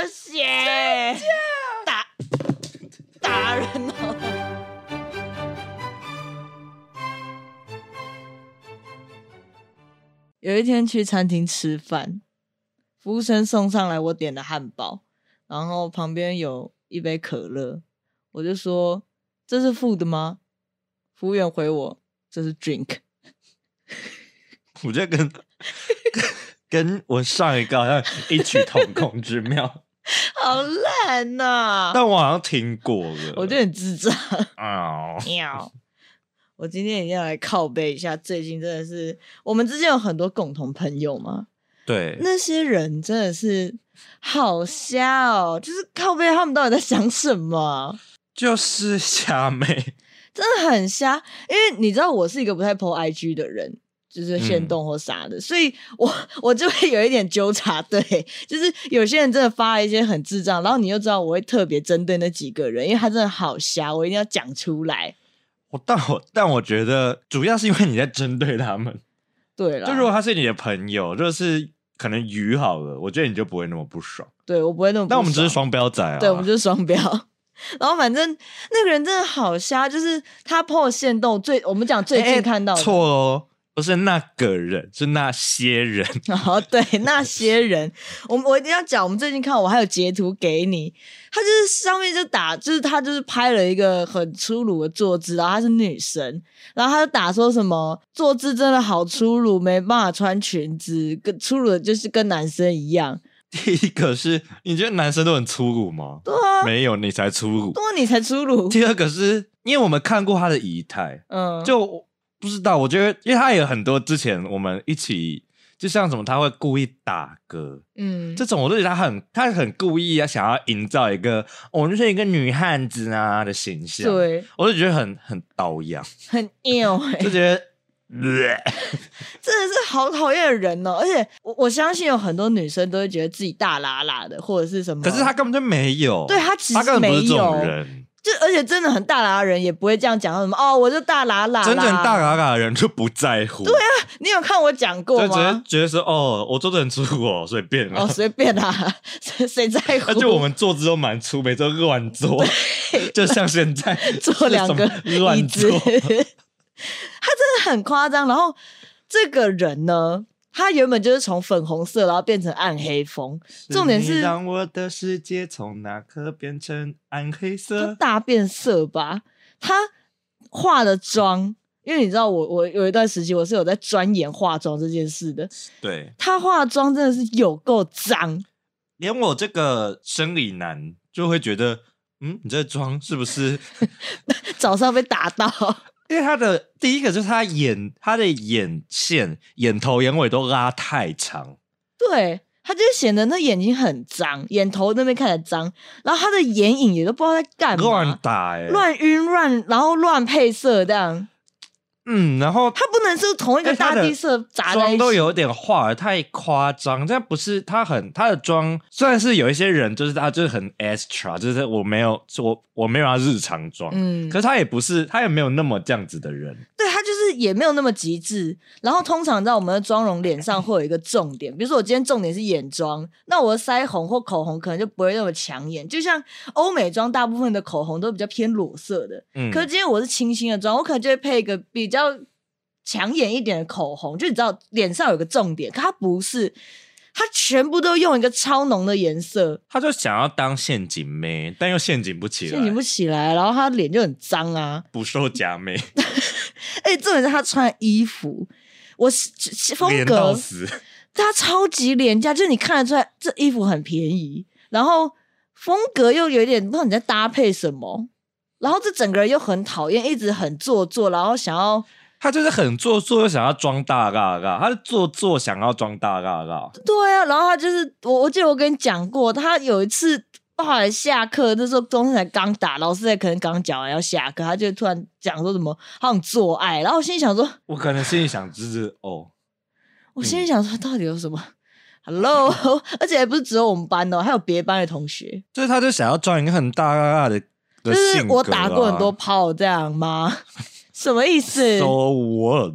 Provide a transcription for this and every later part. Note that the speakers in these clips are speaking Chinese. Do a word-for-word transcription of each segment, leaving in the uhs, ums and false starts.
血，打打人哦。有一天去餐厅吃饭，服务生送上来我点的汉堡，然后旁边有一杯可乐，我就说这是 food 吗？服务员回我这是 drink。 我觉得跟跟我上一个好像异曲同工之妙。 好烂啊， 但我好像听过了， 我觉得很智障。 哦， 我今天一定要来靠背一下，最近真的是我们之间有很多共同朋友嘛， 对， 那些人真的是好瞎哦，就是靠背他们到底在想什么， 就是瞎妹， 真的很瞎。因为你知道我是一个不太 po I G 的人，就是限动或啥的、嗯、所以我我就会有一点纠察队，就是有些人真的发一些很智障，然后你又知道我会特别针对那几个人，因为他真的好瞎，我一定要讲出来。 我但我但我觉得主要是因为你在针对他们。 对啦， 就如果他是你的朋友，就是可能鱼好了，我觉得你就不会那么不爽。 对，我不会那么不爽。 但我们只是双标仔啊。 对，我们就是双标。然后反正那个人真的好瞎，就是他 po 限动最我们讲最近看到的错、欸、哦，不是那个人，是那些人。 哦，对，那些人，我我一定要讲，我们最近看，我还有截图给你。他就是上面就打，就是他就是拍了一个很粗鲁的坐姿，然后她是女生，然后他就打说什么坐姿真的好粗鲁，没办法穿裙子，跟粗鲁的就是跟男生一样。 第一个是你觉得男生都很粗鲁吗？ 对啊， 没有，你才粗鲁。 对啊，你才粗鲁。 第二个是因为我们看过他的仪态，嗯，就不知道，我觉得因为他有很多之前我们一起，就像什么他会故意打嗝，嗯，这种我就觉得他很他很故意啊，想要营造一个我、哦、就是一个女汉子啊的形象。对，我就觉得很很刀样， 很硬欸， 就觉得真的是好讨厌的人哦！而且 我, 我相信有很多女生都会觉得自己大喇喇的，或者是什么， 可是他根本就没有， 对，他其实没有， 他根本不是这种人。 就而且真的很大喇的人也不会这样讲什么哦，我就大喇喇， 真正大喇喇的人就不在乎。 对啊，你有看我讲过吗？ 就直接觉得说哦，我做的很粗哦，随便啊， 哦随便啊，谁在乎？ 而且我们坐姿都蛮粗，每周乱坐，就像现在坐两个乱坐，他真的很夸张。然后这个人呢，他原本就是从粉红色然后变成暗黑风，重点是你让我的世界从那刻变成暗黑色， 大变色吧。他化的妆，因为你知道我我有一段时期我是有在钻研化妆这件事的， 对， 他化的妆真的是有够脏， 连我这个生理男就会觉得嗯，你这妆是不是早上被打到？ 因为他的第一个就是他眼他的眼线眼头眼尾都拉太长， 对，他就显得那眼睛很脏，眼头那边看起来脏，然后他的眼影也都不知道在干嘛， 乱打欸， 乱晕乱，然后乱配色这样。 嗯，然后他不能是同一个大地色杂在一起， 妆都有点画得太夸张，这样不是他很他的妆，虽然是有一些人就是他就是很 extra， 就是我没有我我没有他日常妆，嗯，可是他也不是他也没有那么这样子的人， 对，他就是也没有那么极致。然后通常在我们的妆容脸上会有一个重点，比如说我今天重点是眼妆，那我的腮红或口红可能就不会那么抢眼，就像欧美妆大部分的口红都比较偏裸色的，嗯，可是今天我是清新的妆，我可能就会配一个比较抢眼一点的口红，就你知道脸上有个重点，可它不是，它全部都用一个超浓的颜色， 他就想要当陷阱妹，但又陷阱不起来， 陷阱不起来，然后他脸就很脏啊， 不受假妹。 而且重点是他穿的衣服，我风格廉到死， 他超级廉价，就是你看得出来这衣服很便宜，然后风格又有点不知道你在搭配什么，然后这整个人又很讨厌，一直很做作，然后想要。 他就是很做作，又想要装大嘎嘎，他是做作想要装大嘎嘎。 对啊，然后他就是我，我记得我跟你讲过，他有一次后来下课那时候中午才刚打，老师也可能刚讲完要下课，他就突然讲说什么他想做爱，然后我心里想说， 我可能心里想就是哦， 我心里想说到底有什么？嗯、Hello， 而且还不是只有我们班的，还有别班的同学， 就是他就想要装一个很大嘎嘎的， 就是我打过很多炮这样吗？什么意思 ？So what？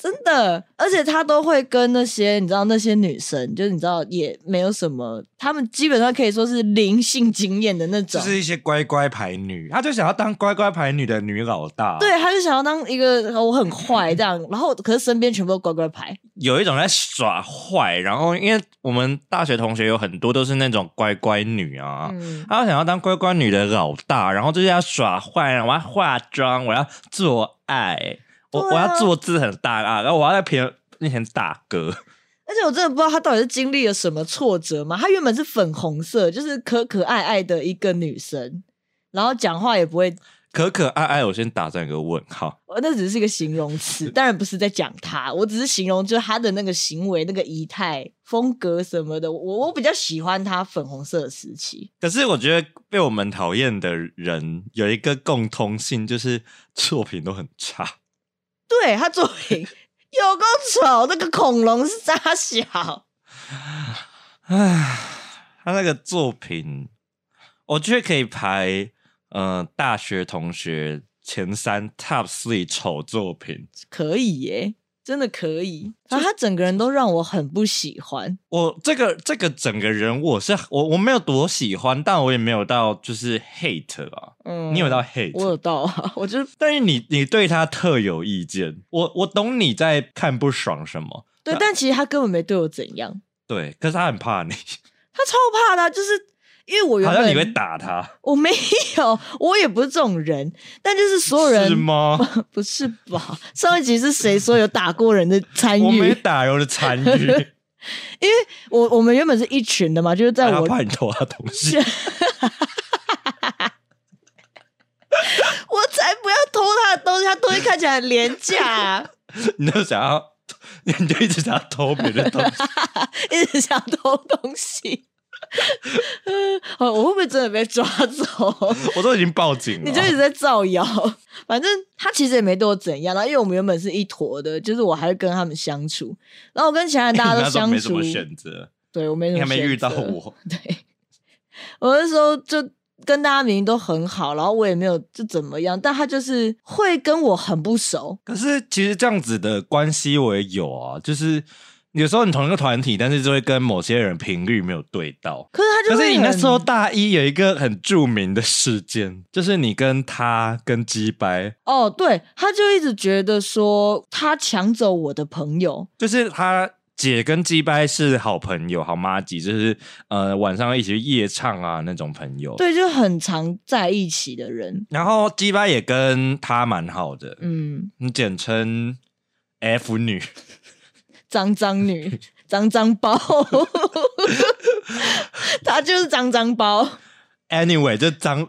真的，而且他都会跟那些你知道那些女生，就是你知道也没有什么，他们基本上可以说是零性经验的那种， 就是一些乖乖牌女，他就想要当乖乖牌女的女老大， 对，他就想要当一个我很坏这样，然后可是身边全部都乖乖牌， 有一种在耍坏，然后因为我们大学同学有很多都是那种乖乖女啊，嗯、他想要当乖乖女的老大，然后就是要耍坏，我要化妆，我要做爱。我, 啊、我要做字很大啊，然后我要在别人面前打嗝， 而且我真的不知道她到底是经历了什么挫折嘛。她原本是粉红色，就是可可爱爱的一个女生，然后讲话也不会可可爱爱。我先打上一个问号， 那只是一个形容词，当然不是在讲她，我只是形容就是她的那个行为、那个仪态、风格什么的。我我比较喜欢她粉红色的时期。 可是我觉得被我们讨厌的人有一个共通性，就是作品都很差。 对，他作品有够丑，那个恐龙是傻小。 唉，他那个作品，我觉得可以排呃大学同学前三 top three 丑作品， 可以耶。真的可以，然后他整个人都让我很不喜欢。 我这个这个整个人，我是我我没有多喜欢，但我也没有到就是 hate 啊。嗯，你有到 hate？ 我有到啊，我就但是你你对他特有意见，我我懂你在看不爽什么。 对，但其实他根本没对我怎样。 对，可是他很怕你， 他超怕的、啊，就是。因为我原本好像你会打他， 我没有，我也不是这种人，但就是所有人是吗？ 不是吧？上一集是谁说有打过人的参与？ 我没打人的参与，因为我我们原本是一群的嘛，就是在我怕你偷他东西，我才不要偷他的东西，他东西看起来很廉价、啊， 你就想要，你就一直想要偷别的东西， 一直想偷东西。我会不会真的被抓走？ 我都已经报警了， 你就一直在造谣。反正他其实也没对我怎样啦，因为我们原本是一坨的，就是我还是跟他们相处，然后我跟其他人大家都相处， 没什么选择。 对我没什么选择， 你还没遇到我。 对，我那时候就跟大家明明都很好，然后我也没有就怎么样，但他就是会跟我很不熟。 可是其实这样子的关系我也有啊，就是有时候你同一个团体，但是就会跟某些人频率没有对到。 可是他就会， 可是你那时候大一有一个很著名的事件，就是你跟他跟鸡掰。 哦，对，他就一直觉得说他抢走我的朋友， 就是他姐跟鸡掰是好朋友，好麻吉，就是呃晚上一起去夜唱啊那种朋友。 对，就很常在一起的人。 然后鸡掰也跟他蛮好的， 嗯， 你简称 F 女。 脏脏女，脏脏包，他就是脏脏包。 Anyway， 就脏，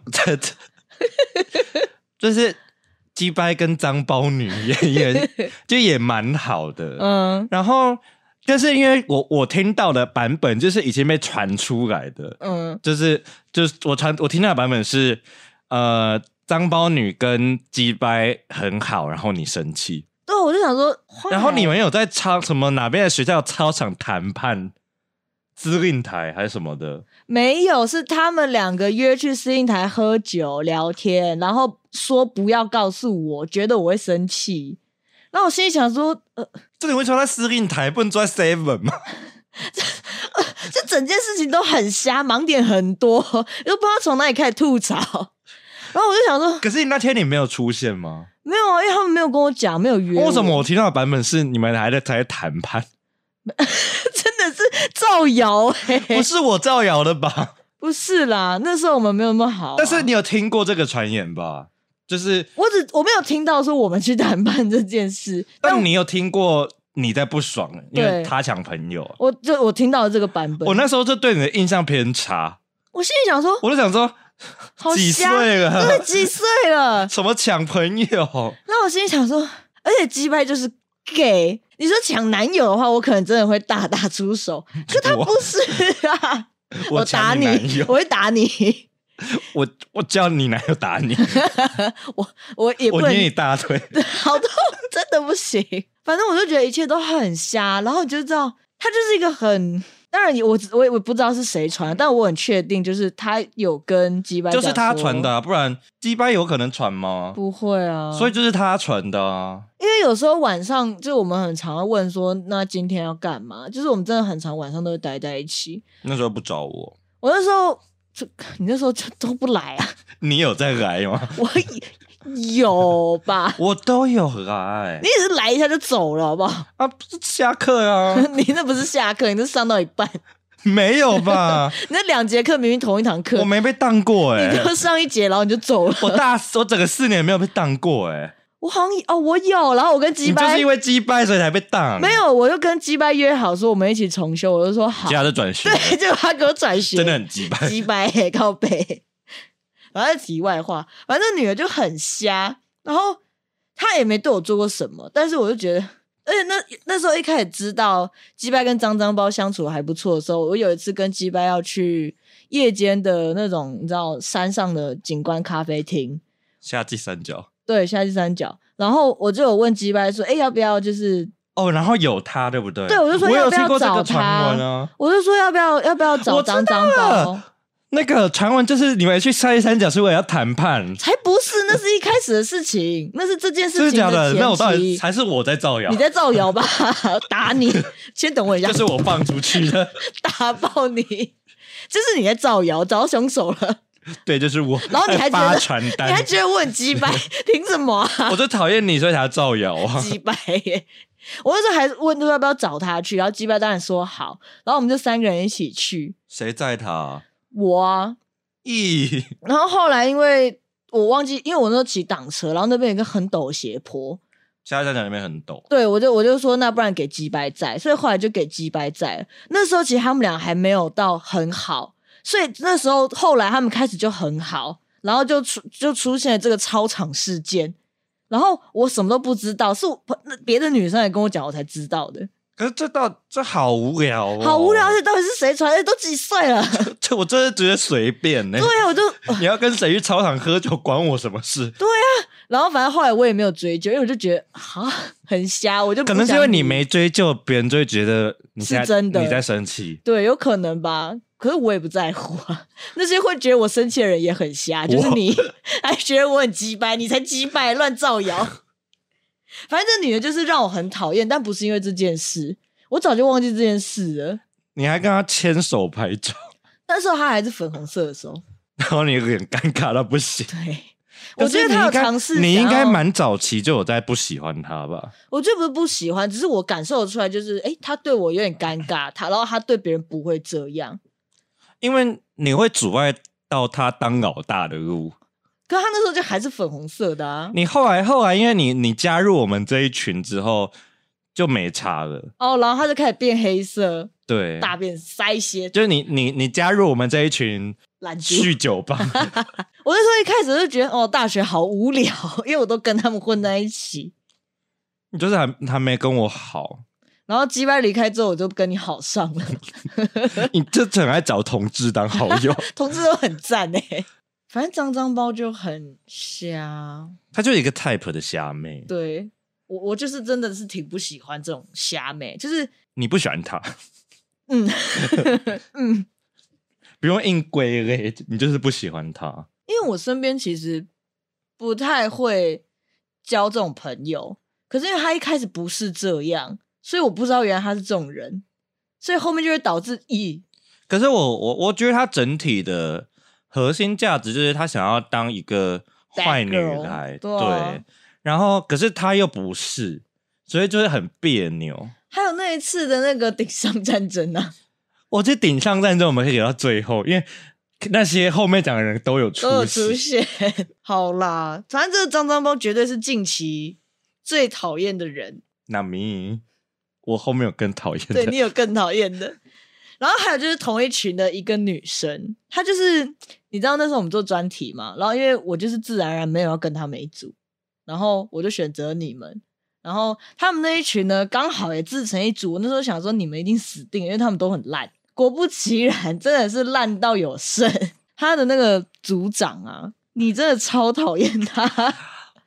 就是鸡掰跟脏包女也也就也蛮好的。嗯，然后但是因为我我听到的版本就是已经被传出来的，嗯，就是就是我传我听到的版本是呃脏包女跟鸡掰很好，然后你生气。 对，我就想说， 然后你们有在操什么哪边的学校操场谈判司令台还是什么的？ 没有，是他们两个约去司令台喝酒聊天，然后说不要告诉我，觉得我会生气。然后我心里想说，呃， 这你会坐在司令台，不能坐在 seven 吗？ 这整件事情都很瞎，盲点很多，又不知道从哪里开始吐槽。然后我就想说， 可是你那天你没有出现吗？ 没有啊，因为他们没有跟我讲，没有约我。 为什么我听到的版本是你们还在在谈判？ 真的是造谣哎！ 不是我造谣的吧？ 不是啦，那时候我们没有那么好、啊。 但是你有听过这个传言吧？就是我只我没有听到说我们去谈判这件事， 但, 但你有听过你在不爽，因为他抢朋友。 我就我听到了这个版本， 我那时候就对你的印象偏差。 我心里想说， 我就想说。几岁了？ 对，几岁了？ 什么抢朋友？ 那我心里想说，而且鸡掰就是 gay。你说抢男友的话，我可能真的会大打出手。可他不是啊， 我, 我打你，我会打你。 我我叫你男友打你， 我我也不能， 我捏你大腿， 好痛，真的不行。反正我就觉得一切都很瞎，然后你就知道他就是一个很当然我我我不知道是谁传，但我很确定就是他有跟鸡掰讲说就是他传的、啊，不然鸡掰有可能传吗？ 不会啊， 所以就是他传的啊。 因为有时候晚上就我们很常会问说那今天要干嘛，就是我们真的很常晚上都会待在一起。 那时候不找我， 我那时候就你那时候就都不来啊。 你有在来吗？ 我有吧， 我都有来， 你也是来一下就走了好不好？ 啊，不是下课啊。 你那不是下课，你是上到一半。 没有吧？ 你那两节课明明同一堂课， 我没被当过哎、欸。 你就上一节然后你就走了。 我大我整个四年没有被当过哎、欸。 我好像哦，我有，然后我跟鸡掰， 你就是因为鸡掰所以才被当。 没有，我就跟鸡掰约好说我们一起重修，我就说好。 结果他就转学， 对，结果他给我转学， 真的很鸡掰， 鸡掰欸，靠北。反正题外话，反正女儿就很瞎，然后她也没对我做过什么，但是我就觉得，而且那那时候一开始知道鸡掰跟脏脏包相处还不错的时候，我有一次跟鸡掰要去夜间的那种你知道山上的景观咖啡厅， 夏季三角， 对，夏季三角，然后我就有问鸡掰说，哎、欸，要不要就是哦，然后有他对不对？ 对，我就说要不要找他， 啊、 我就说要不要要不要找脏脏包。 那个传闻就是你们去夏季三角是为了要谈判， 才不是，那是一开始的事情，那是这件事情的前提。 是假的？那我到底还是我在造谣？ 你在造谣吧？打你！先等我一下。 就是我放出去的， 打爆你！就是你在造谣，找到凶手了。 对，就是我。 然后你还觉得发传单， 你还觉得我很鸡掰？凭什么啊？ 我就讨厌你，所以才造谣啊！ 鸡掰耶！我那时候还问他要不要找他去，然后鸡掰当然说好，然后我们就三个人一起去。 谁载他？ 我啊。 咦， 然后后来因为我忘记，因为我那时候骑挡车，然后那边有一个很陡的斜坡， 夏季三角那边很陡， 对，我就我就说那不然给鸡掰载，所以后来就给鸡掰载了。那时候其实他们俩还没有到很好，所以那时候后来他们开始就很好，然后就出就出现了这个操场事件，然后我什么都不知道，是别的女生来跟我讲我才知道的。 可是这到这好无聊哦， 好无聊，而且到底是谁传的？都几岁了？ 这我真的觉得随便呢、欸。 对啊，我就你要跟谁去操场喝酒，管我什么事？ 对啊，然后反正后来我也没有追究，因为我就觉得啊很瞎，我就不可能是因为你没追究，别人就会觉得你是真的你在生气。 对，有可能吧。可是我也不在乎啊，那些会觉得我生气的人也很瞎，就是你还觉得我很鸡掰，你才鸡掰，乱造谣。反正这女的就是让我很讨厌，但不是因为这件事，我早就忘记这件事了。 你还跟她牵手拍照， 那时候她还是粉红色的时候， 然后你有点尴尬到不行。 对，我觉得她有尝试， 你应该蛮早期就有在不喜欢她吧？ 我觉得不是不喜欢，只是我感受出来，就是哎，她对我有点尴尬，她然后她对别人不会这样， 因为你会阻碍到她当老大的路。 可是他那时候就还是粉红色的啊！ 你后来后来，因为你你加入我们这一群之后，就没差了哦，然后他就开始变黑色， 对， 大便塞些， 就是你你你加入我们这一群酗酒吧。 我那时候一开始就觉得哦，大学好无聊，因为我都跟他们混在一起。 你就是还还没跟我好， 然后鸡掰离开之后，我就跟你好上了。 你就很爱找同志当好友， 同志都很赞哎。反正脏脏包就很瞎， 他就是一个 type 的虾妹。 对，我我就是真的是挺不喜欢这种虾妹，就是你不喜欢他， 嗯嗯， 不用硬归类，你就是不喜欢他。 因为我身边其实不太会交这种朋友，可是因为他一开始不是这样，所以我不知道原来他是这种人，所以后面就会导致咦。 可是我我我觉得他整体的核心价值就是他想要当一个坏女孩，对，啊、对，然后可是他又不是，所以就是很别扭。 还有那一次的那个顶上战争啊， 我觉得顶上战争我们可以留到最后，因为那些后面讲的人都有出都有出现。好啦，反正这个脏脏包绝对是近期最讨厌的人。 那咪，我后面有更讨厌的， 对你有更讨厌的。然后还有就是同一群的一个女生，她就是你知道那时候我们做专题嘛，然后因为我就是自然而然没有要跟他们一组，然后我就选择你们，然后他们那一群呢刚好也自成一组。我那时候想说你们一定死定了，因为他们都很烂。果不其然，真的是烂到有剩。他的那个组长啊，你真的超讨厌他。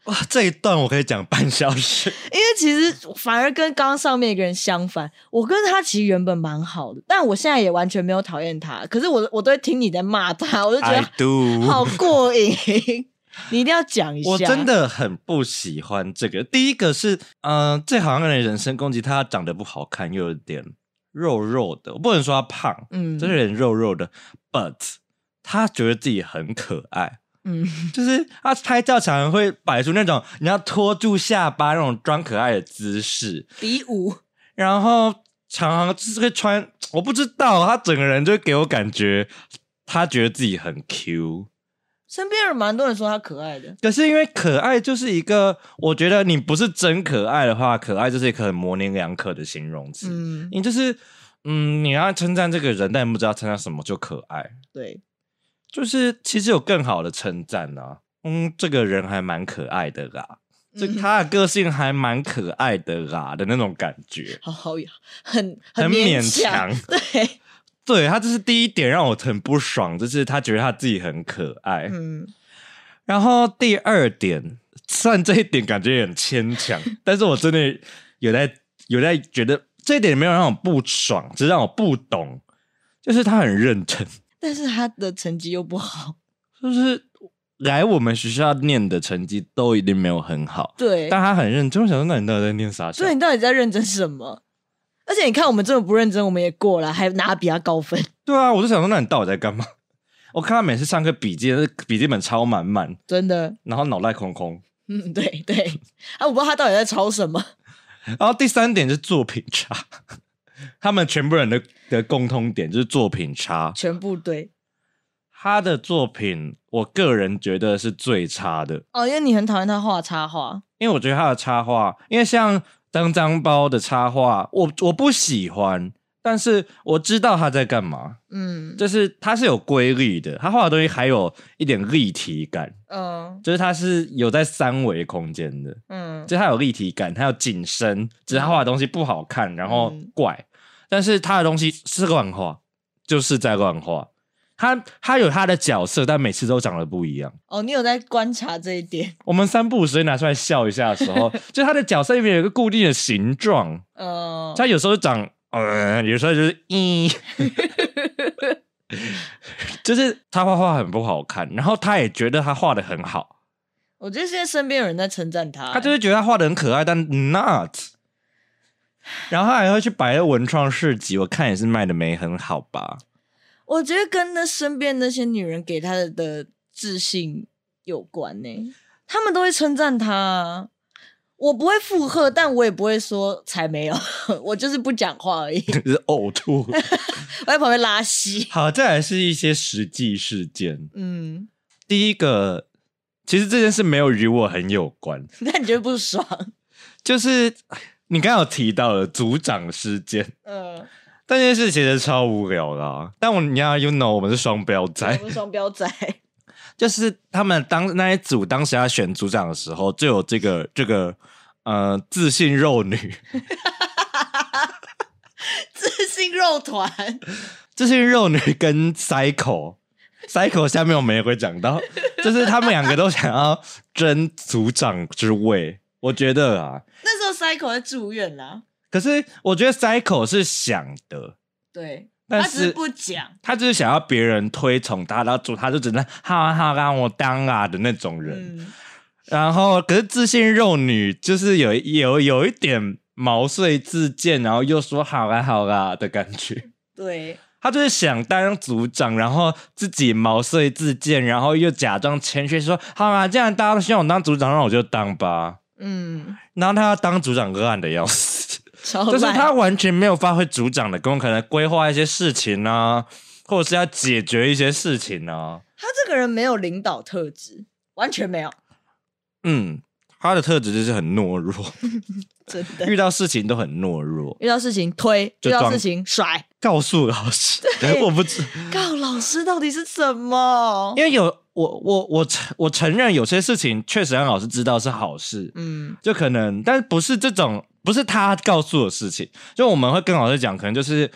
哇，这一段我可以讲半小时， 因为其实反而跟刚刚上面一个人相反，我跟他其实原本蛮好的，但我现在也完全没有讨厌他，可是我我都会听你在骂他，我就觉得好过瘾。你一定要讲一下。 我真的很不喜欢这个。第一个是，嗯、呃，这好像有点人身攻击，他长得不好看，又有点肉肉的，我不能说他胖，嗯，就是有点肉肉的 ，but 他觉得自己很可爱。嗯，就是他拍照常常会摆出那种你要拖住下巴那种装可爱的姿势， 比武， 然后常常就是会穿，我不知道他整个人就会给我感觉他觉得自己很 Q。 身边人蛮多人说他可爱的， 可是因为可爱就是一个，我觉得你不是真可爱的话，可爱就是一个很模棱两可的形容词。嗯，你就是嗯，你要称赞这个人，但你不知道称赞什么就可爱。 对。 就是其实有更好的称赞啊，嗯，这个人还蛮可爱的啦，就他的个性还蛮可爱的啦的那种感觉， 好好呀，很很勉强， 对， 对他这是第一点让我很不爽，就是他觉得他自己很可爱，嗯，然后第二点，虽然这一点感觉也很牵强，但是我真的有在有在觉得这一点没有让我不爽，只是让我不懂，就是他很认真。 但是他的成绩又不好， 就是来我们学校念的成绩都一定没有很好， 对， 但他很认真。我想说，那你到底在念啥？ 所以你到底在认真什么？而且你看我们这么不认真，我们也过了，还拿比他高分。 对啊，我就想说，那你到底在干嘛？我看他每次上课笔记，笔记本抄满满， 真的， 然后脑袋空空。 嗯，对对，啊，我不知道他到底在抄什么。 然后第三点是作品差。他们全部人的的共通点就是作品差， 全部对。 他的作品，我个人觉得是最差的哦，因为你很讨厌他画插画。 因为我觉得他的插画，因为像当当包的插画，我我不喜欢，但是我知道他在干嘛。嗯，就是他是有规律的，他画的东西还有一点立体感。嗯，就是他是有在三维空间的。嗯，就是他有立体感，他有景深，只是他画的东西不好看，然后怪。嗯，但是他的东西是乱画，就是在乱画。他他有他的角色，但每次都长得不一样。 哦，你有在观察这一点？ 我们三不五时拿出来笑一下的时候，就他的角色里面有一个固定的形状。嗯，他有时候长，呃，有时候就是咦，就是他画画很不好看，然后他也觉得他画的很好。 我觉得现在身边有人在称赞他、欸， 他就是觉得他画的很可爱，但 not。然后他还会去摆文创市集，我看也是卖的没很好吧。 我觉得跟那身边那些女人给他的的自信有关呢、欸，他们都会称赞他、啊，我不会附和，但我也不会说才没有，我就是不讲话而已， 是呕吐， 我在旁边拉稀。 好，再来是一些实际事件。嗯，第一个，其实这件事没有与我很有关， 但你觉得不爽？就是你刚刚有提到的组长事件，嗯。但这件事其实超无聊啦，但我你要 you know 我们是双标仔， 我们双标仔， 就是他们当那一组当时要选组长的时候，就有这个这个呃自信肉女， 自信肉团， 自信肉女跟 Cycle Cycle 下面我们也会讲到，就是他们两个都想要争组长之位，我觉得啊， 那时候 Cycle 在住院啦。 可是我觉得 Cycle 是想的， 对， 但是他只是不讲， 他就是想要别人推崇他，然后主他就只能好啊好让我当啊的那种人。嗯、然后，可是自信肉女就是有有有一点毛遂自荐，然后又说好啦好啦的感觉。 对， 他就是想当组长，然后自己毛遂自荐，然后又假装谦虚说好啦，既然大家都希望我当组长，那我就当吧。嗯，然后他要当组长烂的要死。就是他完全没有发挥组长的功能，可能规划一些事情啊，或者是要解决一些事情啊。 他这个人没有领导特质，完全没有。 嗯，他的特质就是很懦弱， 真的， 遇到事情都很懦弱， 遇到事情推，遇到事情甩。 告诉老师，我不知告老师到底是什么？ 因为有我我我我承认有些事情确实让老师知道是好事，嗯，就可能，但是不是这种。不是他告诉的事情，就我们会跟老师讲，可能就是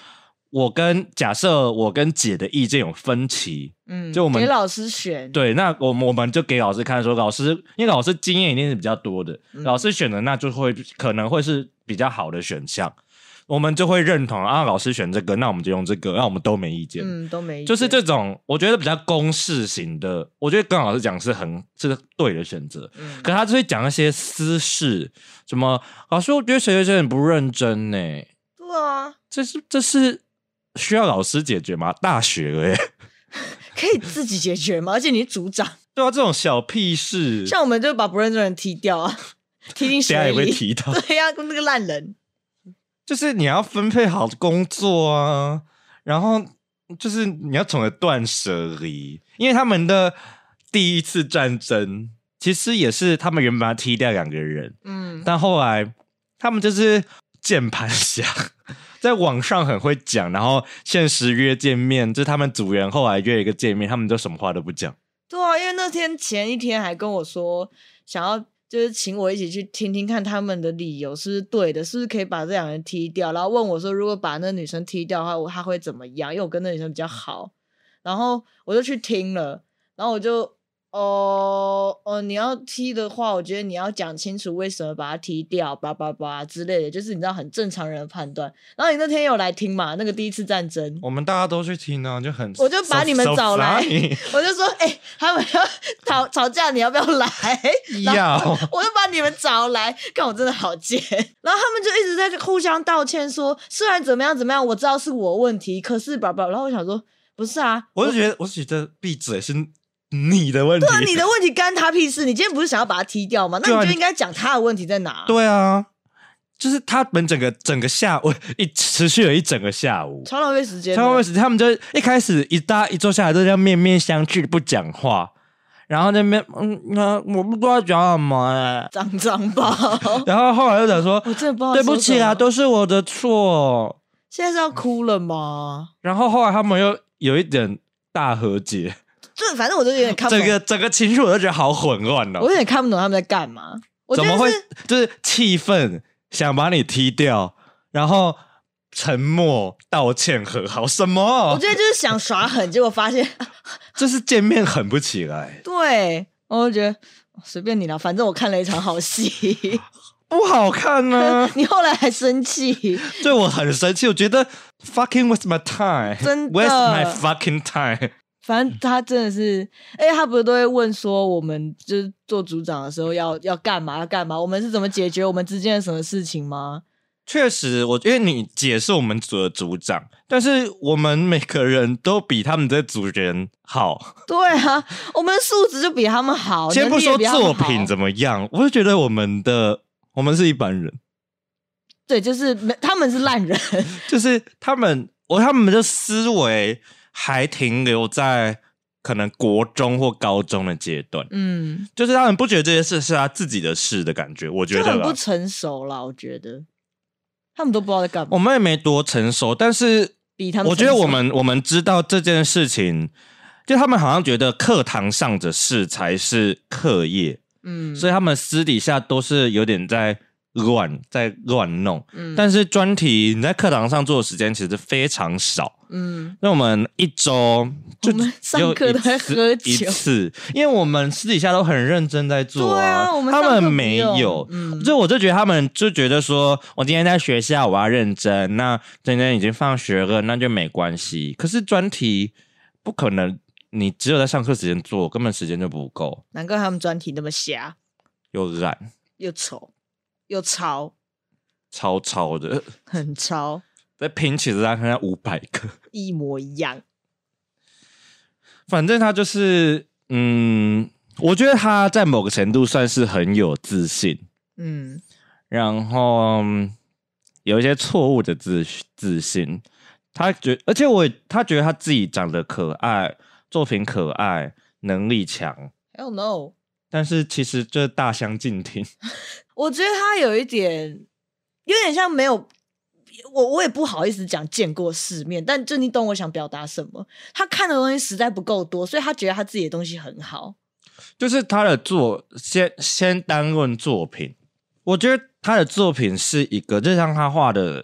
我跟假设我跟姐的意见有分歧，嗯，就我们给老师选， 对，那我们我们就给老师看说，老师因为老师经验一定是比较多的，嗯、老师选的那就会可能会是比较好的选项，我们就会认同啊，老师选这个，那我们就用这个，那我们都没意见， 嗯，都没意见， 就是这种我觉得比较公式型的，我觉得跟老师讲是很是对的选择，嗯，可他就会讲一些私事，什么老师我觉得谁谁谁很不认真呢、欸， 对啊， 这是这是。需要老师解决吗？大学了耶， 可以自己解决吗？而且你是组长， 对啊，这种小屁事， 像我们就把不认真的人踢掉啊，踢进水里， 等下也会提到， 对呀、啊，跟那个烂人， 就是你要分配好工作啊，然后就是你要从而断舍离，因为他们的第一次战争其实也是他们原本要踢掉两个人，嗯，但后来他们就是键盘侠。在网上很会讲，然后现实约见面，就是他们组员后来约一个见面，他们就什么话都不讲。 对啊，因为那天前一天还跟我说，想要就是请我一起去听听看他们的理由是不是对的，是不是可以把这两个人踢掉，然后问我说，如果把那女生踢掉的话，我他会怎么样？因为我跟那女生比较好，然后我就去听了，然后我就。哦哦，你要踢的话，我觉得你要讲清楚为什么把它踢掉，叭叭叭之类的，就是你知道很正常人的判断。然后你那天有来听嘛？那个第一次战争， 我们大家都去听啊，就很， 我就把你们找来， so, so 我就说，哎、欸，他们要吵吵架，你要不要来？ 要， 我就把你们找来，看我真的好贱。然后他们就一直在互相道歉说，虽然怎么样怎么样，我知道是我问题，可是叭叭。然后我想说，不是啊， 我就觉得，我就觉得闭嘴是。你的问题， 对啊，你的问题干他屁事？你今天不是想要把他踢掉吗？那你就应该讲他的问题在哪？ 对啊，就是他们整个整个下午一持续了一整个下午， 超浪费时间， 超浪费时间。他们就一开始一大一坐下来都这样面面相觑不讲话，然后那边嗯，那我不知道讲什么哎、欸， 脏脏包。 然后后来又讲说， 我真的不知道， 对不起啊，都是我的错。 现在是要哭了吗？ 然后后来他们又有一点大和解。 就反正我就有点看不懂， 整个整个情绪我都觉得好混乱哦， 我有点看不懂他们在干嘛。我怎么会就是气愤，想把你踢掉，然后沉默道歉和好什么？ 我觉得就是想耍狠，结果发现就是见面狠不起来。 对，我就觉得随便你啦，反正我看了一场好戏， 不好看呢、啊。 你后来还生气， 对我很生气，我觉得 fucking waste my time， 真的 waste my fucking time。 反正他真的是，哎、欸，他不是都会问说，我们就是做组长的时候要要干嘛要干嘛？我们是怎么解决我们之间的什么事情吗？ 确实，我因为你姐是我们组的组长，但是我们每个人都比他们这组人好。 对啊，我们的素质就比他们好。 先不说作品怎么样，我就觉得我们的我们是一般人。 对，就是他们是烂人， 就是他们，我他们的思维。还停留在可能国中或高中的阶段，嗯，就是他们不觉得这些事是他自己的事的感觉，我觉得就很不成熟啦。我觉得他们都不知道在干嘛。 我们也没多成熟，但是比他们成熟， 我觉得我们我们知道这件事情，就他们好像觉得课堂上的事才是课业，嗯，所以他们私底下都是有点在乱在乱弄，嗯，但是专题你在课堂上做的时间其实非常少。嗯，那我们一周就我们上课都在喝酒一次，因为我们私底下都很认真在做啊。 对啊，我们他们没有，嗯，所以我就觉得他们就觉得说，我今天在学校我要认真，那今天已经放学了，那就没关系。可是专题不可能，你只有在上课时间做，根本时间就不够。 难怪他们专题那么瞎， 又懒又丑又超超超的， 很超。 在拼起来看看五百个一模一样， 反正他就是嗯，我觉得他在某个程度算是很有自信，嗯，然后有一些错误的自自信，他觉而且我他觉得他自己长得可爱，作品可爱，能力强 ，Hell no， 但是其实这大相径庭。 我觉得他有一点，有点像没有。我我也不好意思讲见过世面，但就你懂我想表达什么。他看的东西实在不够多，所以他觉得他自己的东西很好。 就是他的作，先先单论作品，我觉得他的作品是一个，就像他画的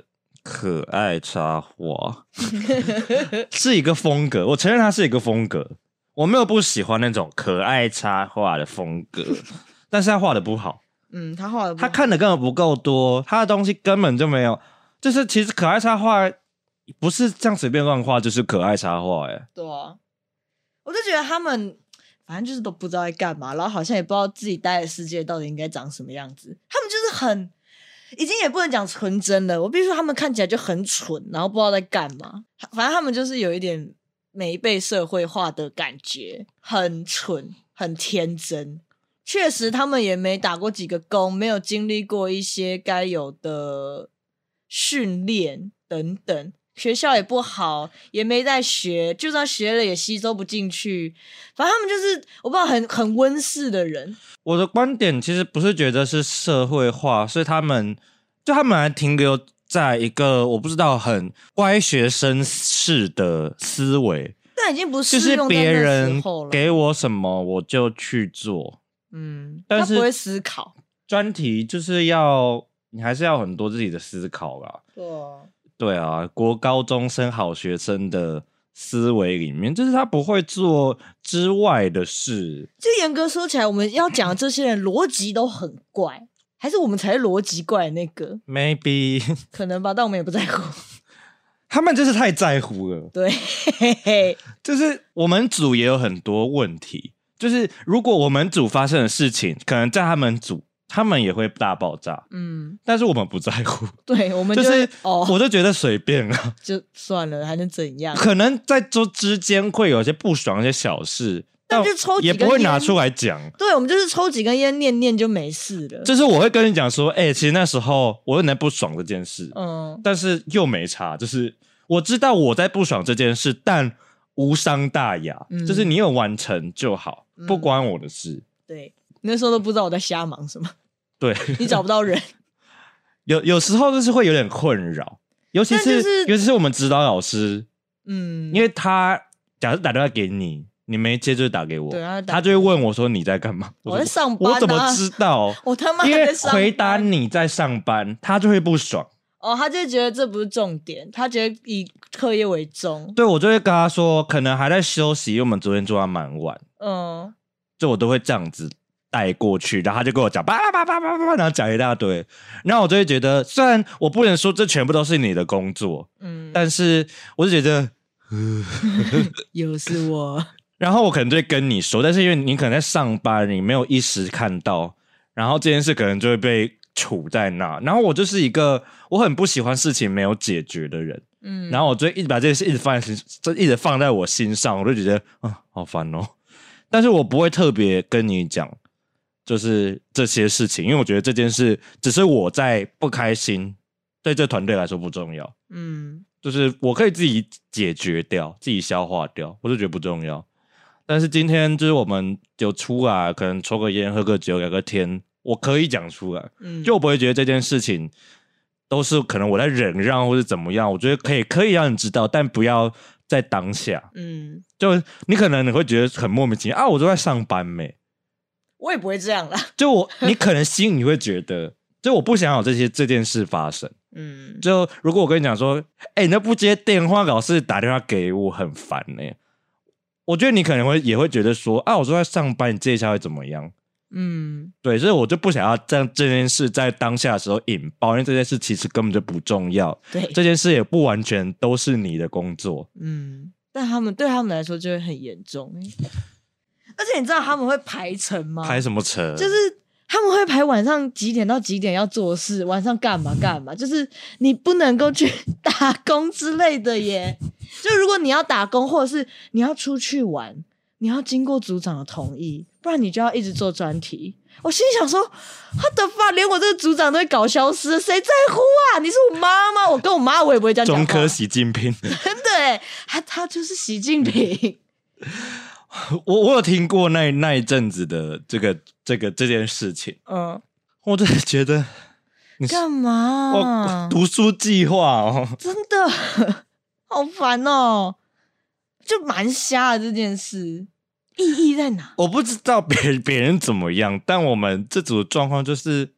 可爱插画是一个风格，我承认它是一个风格，我没有不喜欢那种可爱插画的风格，但是他画的不好。 嗯，他画的不好， 他看的根本不够多，他的东西根本就没有，就是其实可爱插画不是这样随便乱画，就是可爱插画哎。 对啊，我就觉得他们反正就是都不知道在干嘛，然后好像也不知道自己待的世界到底应该长什么样子。他们就是很，已经也不能讲纯真了，我必须说他们看起来就很蠢，然后不知道在干嘛。反正他们就是有一点没被社会化的感觉，很蠢，很天真。确实他们也没打过几个工，没有经历过一些该有的训练等等，学校也不好，也没在学，就算学了也吸收不进去。反正他们就是我不知道很很温室的人。 我的观点其实不是觉得是社会化，是他们就他们还停留在一个我不知道很乖学生式的思维， 但已经不适用在那时候了。 就是别人给我什么我就去做。 嗯， 但是他不会思考。 专题就是要你还是要很多自己的思考啦。 对啊， 对啊，国高中生好学生的思维里面，就是他不会做之外的事。 就严格说起来，我们要讲的这些人逻辑都很怪，还是我们才是逻辑怪的那个 ？Maybe 可能吧，但我们也不在乎。 他们就是太在乎了。 对，嘿嘿， 就是我们组也有很多问题。就是如果我们组发生的事情，可能在他们组，他们也会大爆炸。嗯，但是我们不在乎。 对，我们就、 就是哦， 我就觉得随便了， 就算了，还能怎样？ 可能在这之间会有一些不爽、一些小事， 但就抽几根烟也不会拿出来讲。 对，我们就是抽几根烟念念就没事了。 就是我会跟你讲说，哎、欸，其实那时候我有点不爽这件事，嗯，但是又没差，就是我知道我在不爽这件事，但无伤大雅，嗯、就是你有完成就好。不关我的事、嗯。 对，那时候都不知道我在瞎忙什么。 对， 你找不到人。 有有时候就是会有点困扰，尤其是、就是、尤其是我们指导老师，嗯，因为他假设打电话给你，你没接就打给我， 对啊， 他就会问我说你在干嘛？ 我在上班、啊， 我怎么知道？ 我他妈还在上班。 因为回答你在上班，他就会不爽。 哦，他就觉得这不是重点，他觉得以课业为重。 对，我就会跟他说，可能还在休息，因为我们昨天做到蛮晚。嗯，就我都会这样子带过去，然后他就跟我讲叭叭叭叭叭，然后讲一大堆，然后我就会觉得，虽然我不能说这全部都是你的工作，嗯，但是我就觉得， 又是我。 然后我可能就会跟你说，但是因为你可能在上班，你没有一时看到，然后这件事可能就会被处在那，然后我就是一个我很不喜欢事情没有解决的人，嗯，然后我就一直把这件事一直放在心，就一直放在我心上，我就觉得啊，好烦哦。但是我不会特别跟你讲，就是这些事情，因为我觉得这件事只是我在不开心，对这团队来说不重要，嗯，就是我可以自己解决掉，自己消化掉，我就觉得不重要。但是今天就是我们有出来，可能抽个烟、喝个酒、聊个天。我可以讲出来，嗯，就我不会觉得这件事情都是可能我在忍让或是怎么样，我觉得可以可以让你知道，但不要在当下，嗯，就你可能你会觉得很莫名其妙啊，我都在上班没， 我也不会这样啦， 就我你可能心里会觉得，就我不想有这些这件事发生，嗯，就如果我跟你讲说，哎、欸，你都不接电话，老是打电话给我，很烦呢、欸，我觉得你可能会也会觉得说啊，我都在上班，你接一下会怎么样？嗯，对，所以我就不想要这样这件事在当下的时候引爆，因为这件事其实根本就不重要。 对， 这件事也不完全都是你的工作。 嗯，但他们对他们来说就会很严重。而且你知道他们会排程吗？ 排什么程？ 就是他们会排晚上几点到几点要做事，晚上干嘛干嘛，就是你不能够去打工之类的耶。就如果你要打工，或者是你要出去玩，你要经过组长的同意。不然你就要一直做专题。我心想说 what the fuck， 连我这个组长都会搞消失，谁在乎啊？你是我妈吗？我跟我妈我也不会这样讲话。 中科习近平真的耶，他他就是习近平。 我我有听过那那一阵子的这个这个这件事情，嗯，我真的觉得你干嘛？ 我读书计划哦， 真的好烦哦，就蛮瞎的这件事。意义在哪？ 我不知道别人别人怎么样，但我们这组的状况就是，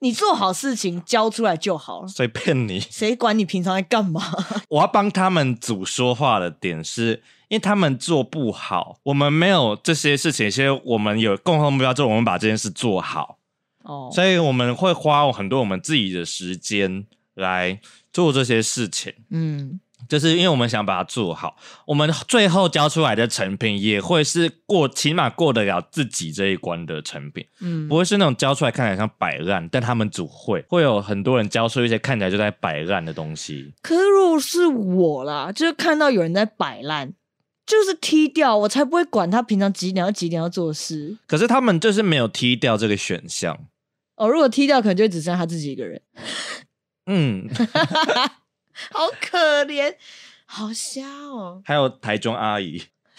你做好事情交出来就好了， 随便你， 谁管你平常在干嘛？ 我要帮他们组说话的点是，因为他们做不好，我们没有这些事情，所以我们有共同目标，就我们把这件事做好。哦，所以我们会花很多我们自己的时间来做这些事情。嗯。就是因为我们想把它做好，我们最后交出来的成品也会是过起码过得了自己这一关的成品，嗯，不会是那种交出来看起来像摆烂，但他们组会会有很多人交出一些看起来就在摆烂的东西。 可是如果是我啦，就是看到有人在摆烂，就是踢掉，我才不会管他平常几点到几点要做事。 可是他们就是没有踢掉这个选项。 哦，如果踢掉，可能就只剩他自己一个人。嗯。好可怜，好瞎哦！ 还有台中阿姨，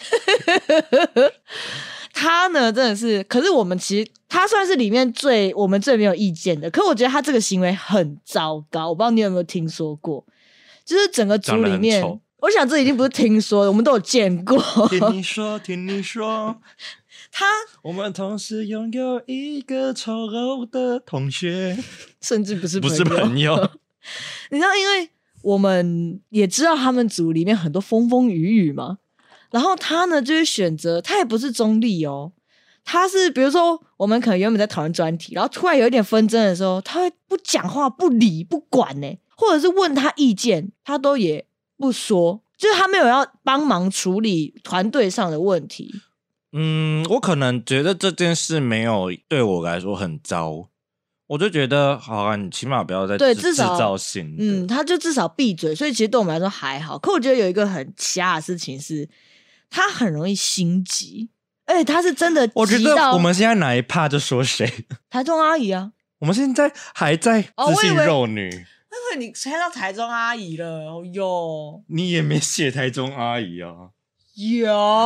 他呢真的是，可是我们其实他算是里面最我们最没有意见的，可是我觉得他这个行为很糟糕，我不知道你有没有听说过，就是整个组里面，我想这已经不是听说的，我们都有见过。 听你说，听你说， 他我们同时拥有一个丑陋的同学， 甚至不是朋友不是朋友， 你知道，因为。我们也知道他们组里面很多风风雨雨嘛，然后他呢就会选择，他也不是中立哦，他是比如说我们可能原本在讨论专题，然后突然有一点纷争的时候，他会不讲话、不理、不管呢，或者是问他意见，他都也不说，就是他没有要帮忙处理团队上的问题。 嗯，我可能觉得这件事没有对我来说很糟。我就觉得好啊，你起码不要再对制造新的， 嗯，他就至少闭嘴，所以其实对我们来说还好。可我觉得有一个很瞎的事情是，他很容易心急，而且他是真的急到。 我觉得我们现在哪一趴就说谁， 台中阿姨啊， 我们现在还在自信肉女。 那个、哦、你猜到台中阿姨了，哦哟， 你也没写台中阿姨啊？ 有，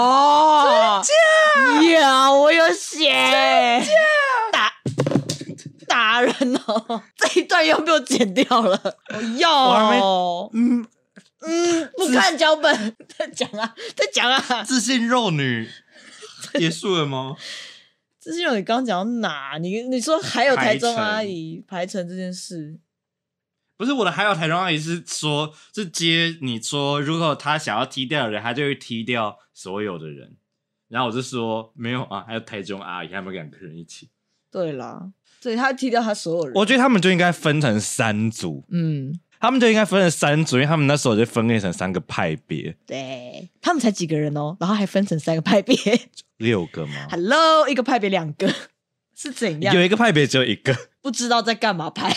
真的有，我有写，真的打。打人哦！这一段又被我剪掉了。哟，嗯嗯，不看脚本，再讲啊，再讲啊！ 自信肉女结束了吗？ 自信肉女刚刚讲到哪？你你说还有台中阿姨排程这件事， 不是我的，还有台中阿姨是说，是接你说，如果他想要踢掉的人，他就会踢掉所有的人。然后我就说没有啊，还有台中阿姨，他们两个人一起。 对啦。所以他踢掉他所有人， 我觉得他们就应该分成三组，嗯，他们就应该分成三组，因为他们那时候就分裂成三个派别。 对，他们才几个人哦，然后还分成三个派别， 六个吗 ？Hello， 一个派别两个是怎样？ 有一个派别只有一个， 不知道在干嘛派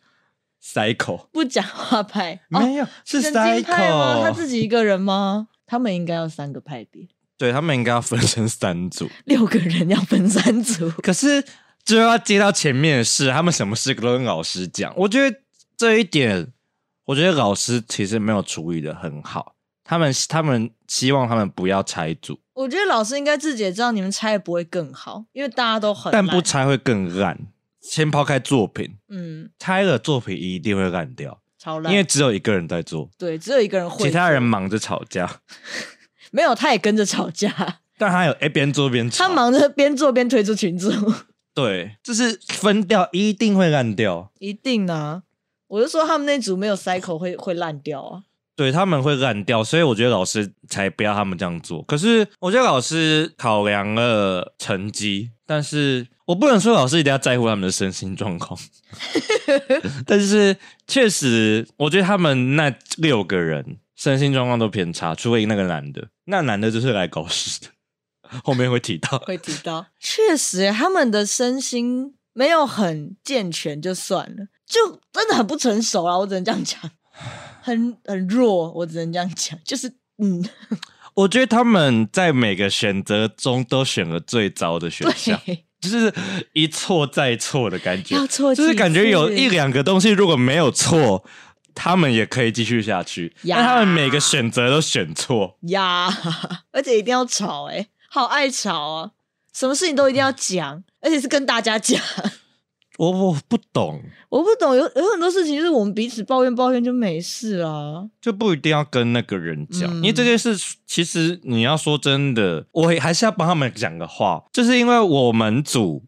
，Cycle 不讲话派， 没有、哦、是 Cycle 他自己一个人吗？他们应该要三个派别， 对他们应该要分成三组， 六个人要分三组， 可是。就要接到前面的事，他们什么事都跟老师讲。我觉得这一点，我觉得老师其实没有处理的很好。他们他们希望他们不要拆组。 我觉得老师应该自己也知道你们拆也不会更好，因为大家都很烂， 但不拆会更烂。先抛开作品，嗯，拆了作品一定会烂掉， 超烂， 因为只有一个人在做， 对，只有一个人会， 其他人忙着吵架。 没有，他也跟着吵架， 但他有哎边做边吵， 他忙着边做边推出群组。 对，就是分掉一定会烂掉， 一定啊！我就说他们那组没有 cycle 会会烂掉啊。 对，他们会烂掉，所以我觉得老师才不要他们这样做。可是我觉得老师考量了成绩，但是我不能说老师一定要在乎他们的身心状况。但是确实，我觉得他们那六个人身心状况都偏差，除非那个男的，那男的就是来搞事的。后面会提到， 会提到，确实他们的身心没有很健全就算了，就真的很不成熟啦，我只能这样讲，很很弱，我只能这样讲，就是嗯， 我觉得他们在每个选择中都选了最糟的选项，就是一错再错的感觉， 要错就是感觉有一两个东西如果没有错，他们也可以继续下去，但他们每个选择都选错呀，而且一定要吵哎、欸。好爱吵啊！什么事情都一定要讲，而且是跟大家讲。 我我不懂， 我不懂，有有很多事情就是我们彼此抱怨抱怨就没事啦， 就不一定要跟那个人讲、嗯，因为这件事其实你要说真的，我还是要帮他们讲个话，就是因为我们组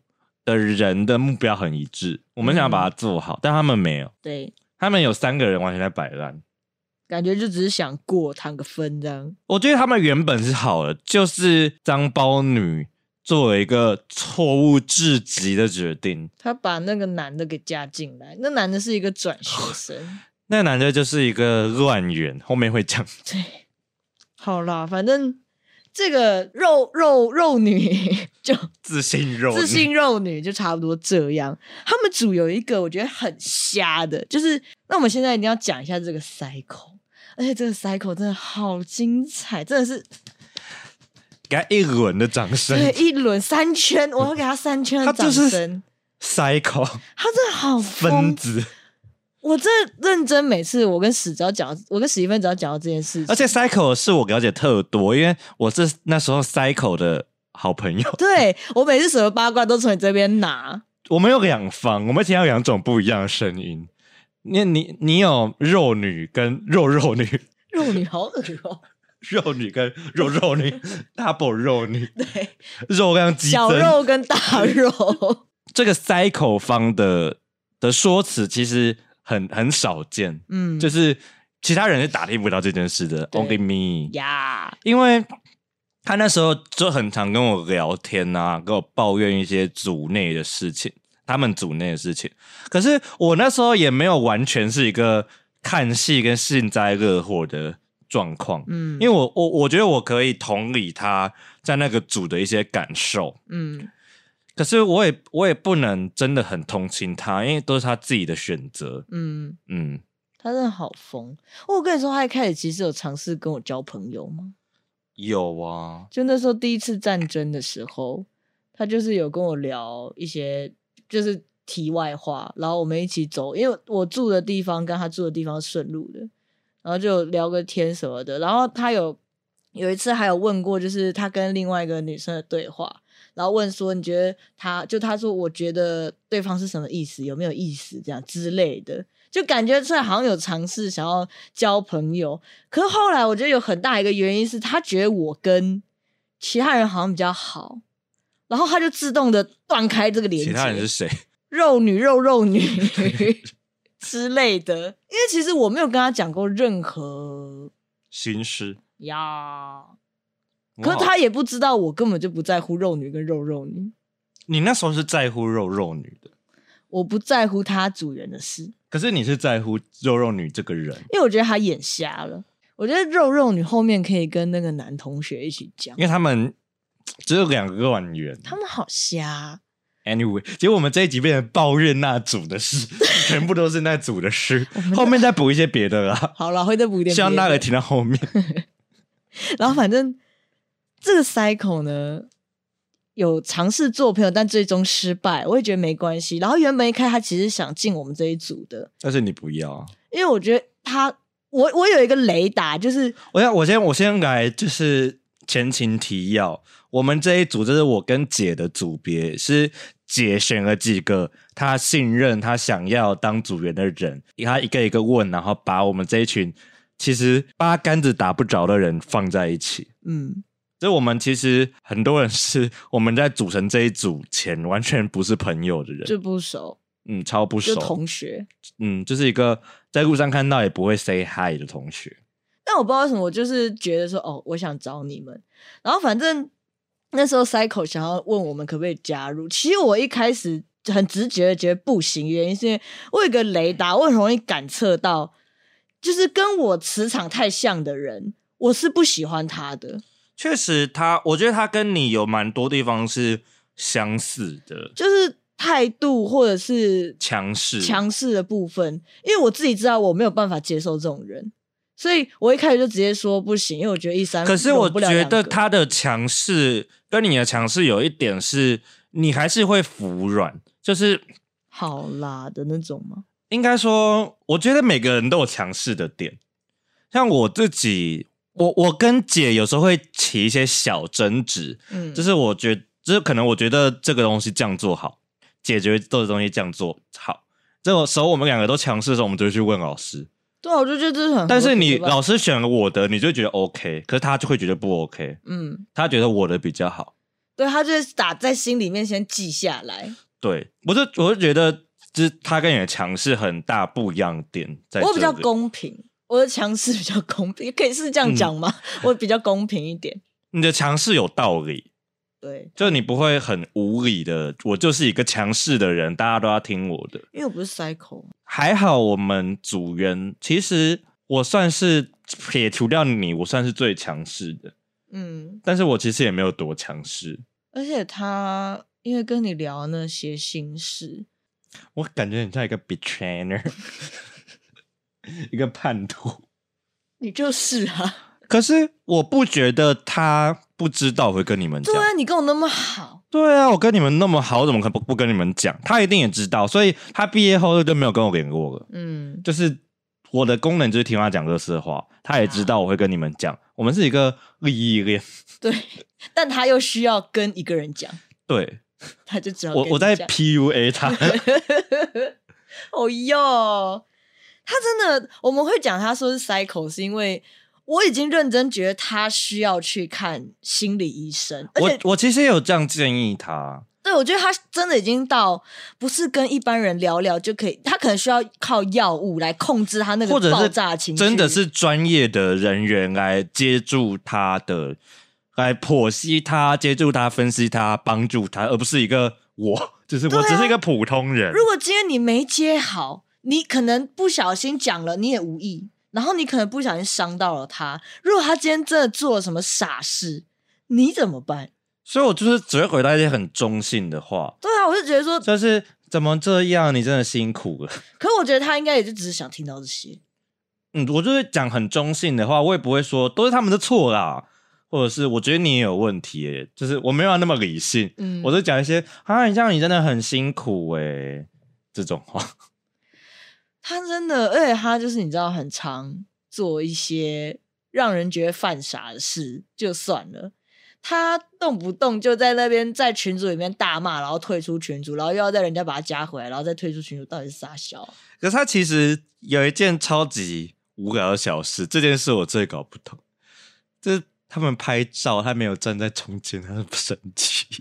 的人的目标很一致，我们想把它做好，嗯、但他们没有。 对， 他们有三个人完全在摆烂， 感觉就只是想过谈个分这样。 我觉得他们原本是好的，就是张包女做了一个错误至极的决定， 他把那个男的给加进来，那男的是一个转学生， 那男的就是一个乱源，后面会讲。 对，好啦，反正这个肉肉肉女就自信肉女自信肉女就差不多这样。他们组有一个我觉得很瞎的，就是那我们现在一定要讲一下这个 cycle， 而且这个 cycle 真的好精彩，真的是。 给他一轮的掌声， 对，一轮三圈，我要给他三圈的掌声。 cycle， 他真的好分子。 我真的认真，每次我跟史只要讲，我跟史蒂芬只要讲到这件事情， 而且 cycle 是我了解特多，因为我是那时候 cycle 的好朋友。 对，我每次什么八卦都从你这边拿。 我们有两方，我们听到两种不一样的声音。你你你有肉女跟肉肉女， 肉女好恶哦。 肉女跟肉肉女，double 肉女， 对， 肉量激增， 小肉跟大肉。 这个 cycle 方的的说辞其实很很少见，嗯，就是其他人是打听不到这件事的 ，only me 呀， yeah. 因为他那时候就很常跟我聊天啊，跟我抱怨一些组内的事情，他们组内的事情。可是我那时候也没有完全是一个看戏跟幸灾乐祸的状况，嗯，因为我我我觉得我可以同理他在那个组的一些感受，嗯，可是我也我也不能真的很同情他，因为都是他自己的选择，嗯嗯，他真的好疯。我跟你说，他一开始其实有尝试跟我交朋友吗？ 有啊， 就那时候第一次战争的时候，他就是有跟我聊一些就是题外话，然后我们一起走，因为我住的地方跟他住的地方是顺路的。然后就聊个天什么的，然后他有有一次还有问过，就是他跟另外一个女生的对话，然后问说你觉得他就他说我觉得对方是什么意思，有没有意思这样之类的，就感觉出来好像有尝试想要交朋友。可是后来我觉得有很大一个原因是他觉得我跟其他人好像比较好，然后他就自动的断开这个连接。 其他人是谁？ 肉女肉肉女之类的，因为其实我没有跟他讲过任何心事呀，可是他也不知道我根本就不在乎肉女跟肉肉女。 你那时候是在乎肉肉女的， 我不在乎他组员的事， 可是你是在乎肉肉女这个人， 因为我觉得他眼瞎了。我觉得肉肉女后面可以跟那个男同学一起讲， 因为他们只有两个乱源， 他们好瞎。 Anyway， 结果我们这一集变成抱怨那组的事，全部都是那组的事，后面再补一些别的啦。 好啦，会再补一点别的， 希望大家听到后面。 然后反正这个 cycle 呢，有尝试做朋友，但最终失败，我也觉得没关系。然后原本一开始他其实想进我们这一组的， 但是你不要啊， 因为我觉得他，我我有一个雷达，就是我要我先我先来就是前情提要，我们这一组就是我跟姐的组别是。姐选了几个她信任、她想要当组员的人，她一个一个问，然后把我们这一群其实八竿子打不着的人放在一起。嗯，所以我们其实很多人是我们在组成这一组前完全不是朋友的人， 就不熟， 嗯，超不熟， 就同学， 嗯，就是一个在路上看到也不会 say hi 的同学。 但我不知道为什么，我就是觉得说，哦，我想找你们，然后反正。那时候 Cycle 想要问我们可不可以加入，其实我一开始很直觉的觉得不行，原因是因为我有一个雷达，我很容易感测到，就是跟我磁场太像的人，我是不喜欢他的。 确实他，我觉得他跟你有蛮多地方是相似的， 就是态度或者是强势强势的部分，因为我自己知道我没有办法接受这种人。所以我一开始就直接说不行，因为我觉得一三可是我觉得他的强势跟你的强势有一点是，你还是会服软，就是好啦的那种吗？ 应该说，我觉得每个人都有强势的点。像我自己，我我跟姐有时候会起一些小争执，嗯，就是我觉得，就是可能我觉得这个东西这样做好，姐觉得这个东西这样做好，这个时候我们两个都强势的时候，我们就会去问老师。 对啊，我就觉得这是很， 但是你老师选了我的，你就觉得 OK， 可是他就会觉得不 OK， 嗯，他觉得我的比较好， 对，他就是打在心里面先记下来， 对，我就我就觉得，就是他跟你的强势很大不一样点在这里。 我比较公平，我的强势比较公平，可以是这样讲吗？嗯、我比较公平一点。 你的强势有道理， 对， 就你不会很无理的。我就是一个强势的人，大家都要听我的。 因为我不是 psycho。 还好我们组员，其实我算是撇除掉你，我算是最强势的。嗯，但是我其实也没有多强势。 而且他因为跟你聊那些心事， 我感觉很像一个 betrayer， 一个叛徒。 你就是啊。 可是我不觉得他不知道会跟你们讲。 对啊，你跟我那么好。 对啊，我跟你们那么好，我怎么可能不不跟你们讲？他一定也知道，所以他毕业后就没有跟我联络了。嗯，就是我的功能就是听他讲这些话，他也知道我会跟你们讲。啊、我们是一个利益链。对， 但他又需要跟一个人讲。 对， 他就只好跟你讲。 我我在 P U A 他。 哦哟，他真的，我们会讲他说是 psycho， 是因为我已经认真觉得他需要去看心理医生。 我我其实也有这样建议他。 对，我觉得他真的已经到不是跟一般人聊聊就可以，他可能需要靠药物来控制他那个爆炸情绪， 真的是专业的人员来接住他的，来剖析他，接住他，分析他，帮助他，而不是一个我，就是我只是一个普通人。啊、 如果今天你没接好，你可能不小心讲了，你也无意，然后你可能不小心伤到了他。如果他今天真的做了什么傻事，你怎么办？ 所以我就是只会回答一些很中性的话。 对啊，我就觉得说， 就是怎么这样，你真的辛苦了。 可是我觉得他应该也就只是想听到这些。 嗯，我就会讲很中性的话，我也不会说都是他们的错啦，或者是我觉得你也有问题耶，就是我没有那么理性。嗯，我就讲一些啊，你这样你真的很辛苦耶这种话。 他真的，而且他就是你知道，很常做一些让人觉得犯傻的事，就算了。他动不动就在那边在群组里面大骂，然后退出群组，然后又要在人家把他加回来，然后再退出群组，到底是啥小？ 可是他其实有一件超级无聊的小事，这件事我最搞不懂，就是他们拍照，他没有站在中间，他不生气。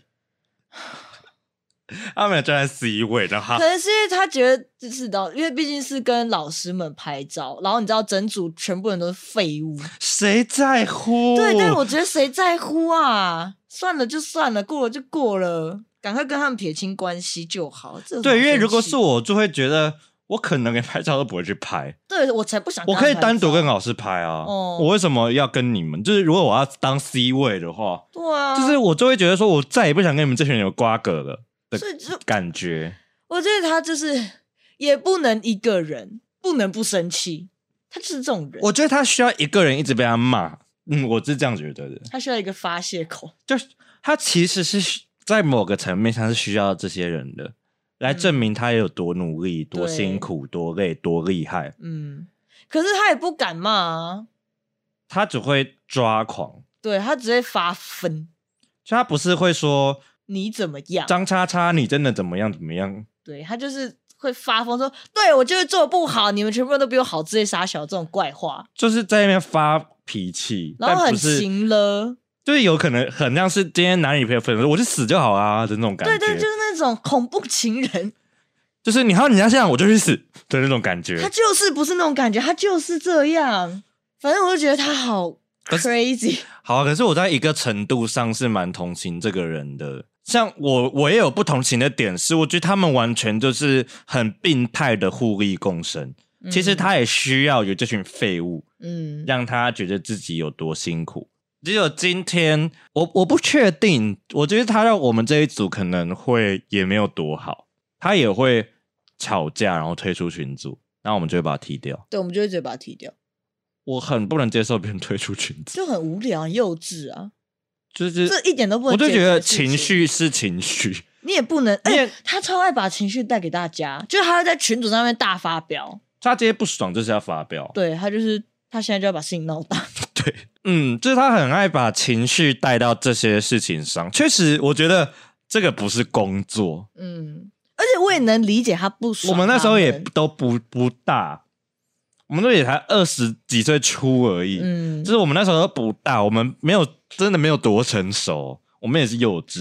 他没有站在 C 位，然后可能是因为他觉得就是到，因为毕竟是跟老师们拍照，然后你知道整组全部人都是废物， 谁在乎？ 对，但是我觉得谁在乎啊？算了就算了，过了就过了，赶快跟他们撇清关系就好。这对，因为如果是我，就会觉得我可能连拍照都不会去拍。 对，我才不想跟他我可以单独跟老师拍啊。哦，我为什么要跟你们？就是如果我要当 C 位的话， 对啊， 就是我就会觉得说，我再也不想跟你们这群人有瓜葛了。感觉我觉得他就是也不能一个人不能不生气，他就是这种人。 我觉得他需要一个人一直被他骂。嗯，我是这样觉得的。 他需要一个发泄口， 就是他其实是在某个层面上是需要这些人的，来证明他有多努力、嗯、多辛苦、多累、多厉害。 嗯，可是他也不敢骂啊， 他只会抓狂。 对，他只会发疯， 就他不是会说你怎么样？ 张叉叉，你真的怎么样？怎么样？ 对，他就是会发疯说，对我就是做不好，你们全部人都比我好，这些傻小这种怪话， 就是在那边发脾气， 然后很情了， 就是有可能很像是今天男女朋友分手，我就死就好啊的那种感觉。 对对，就是那种恐怖情人， 就是你好，你要这样，我就去死的那种感觉。 他就是不是那种感觉，他就是这样。反正我就觉得他好 crazy。 好啊，可是我在一个程度上是蛮同情这个人的。像我，我也有不同情的点，是我觉得他们完全就是很病态的互利共生。嗯、其实他也需要有这群废物，嗯，让他觉得自己有多辛苦。只有今天，我我不确定，我觉得他让我们这一组可能会也没有多好，他也会吵架，然后退出群组，然后我们就会把他踢掉。 对，我们就会直接把他踢掉。 我很不能接受别人退出群组， 就很无聊、很幼稚啊。 就是这一点都不能， 我就觉得情绪是情绪， 你也不能。而且他超爱把情绪带给大家，就是他会在群组上面大发飙。 他这些不爽就是要发飙， 对他就是他现在就要把事情闹大。 对，嗯，就是他很爱把情绪带到这些事情上。确实，我觉得这个不是工作。嗯， 而且我也能理解他不爽。 我们那时候也都不不大。我们都也才二十几岁出而已，嗯，就是我们那时候都不大，我们没有真的没有多成熟，我们也是幼稚。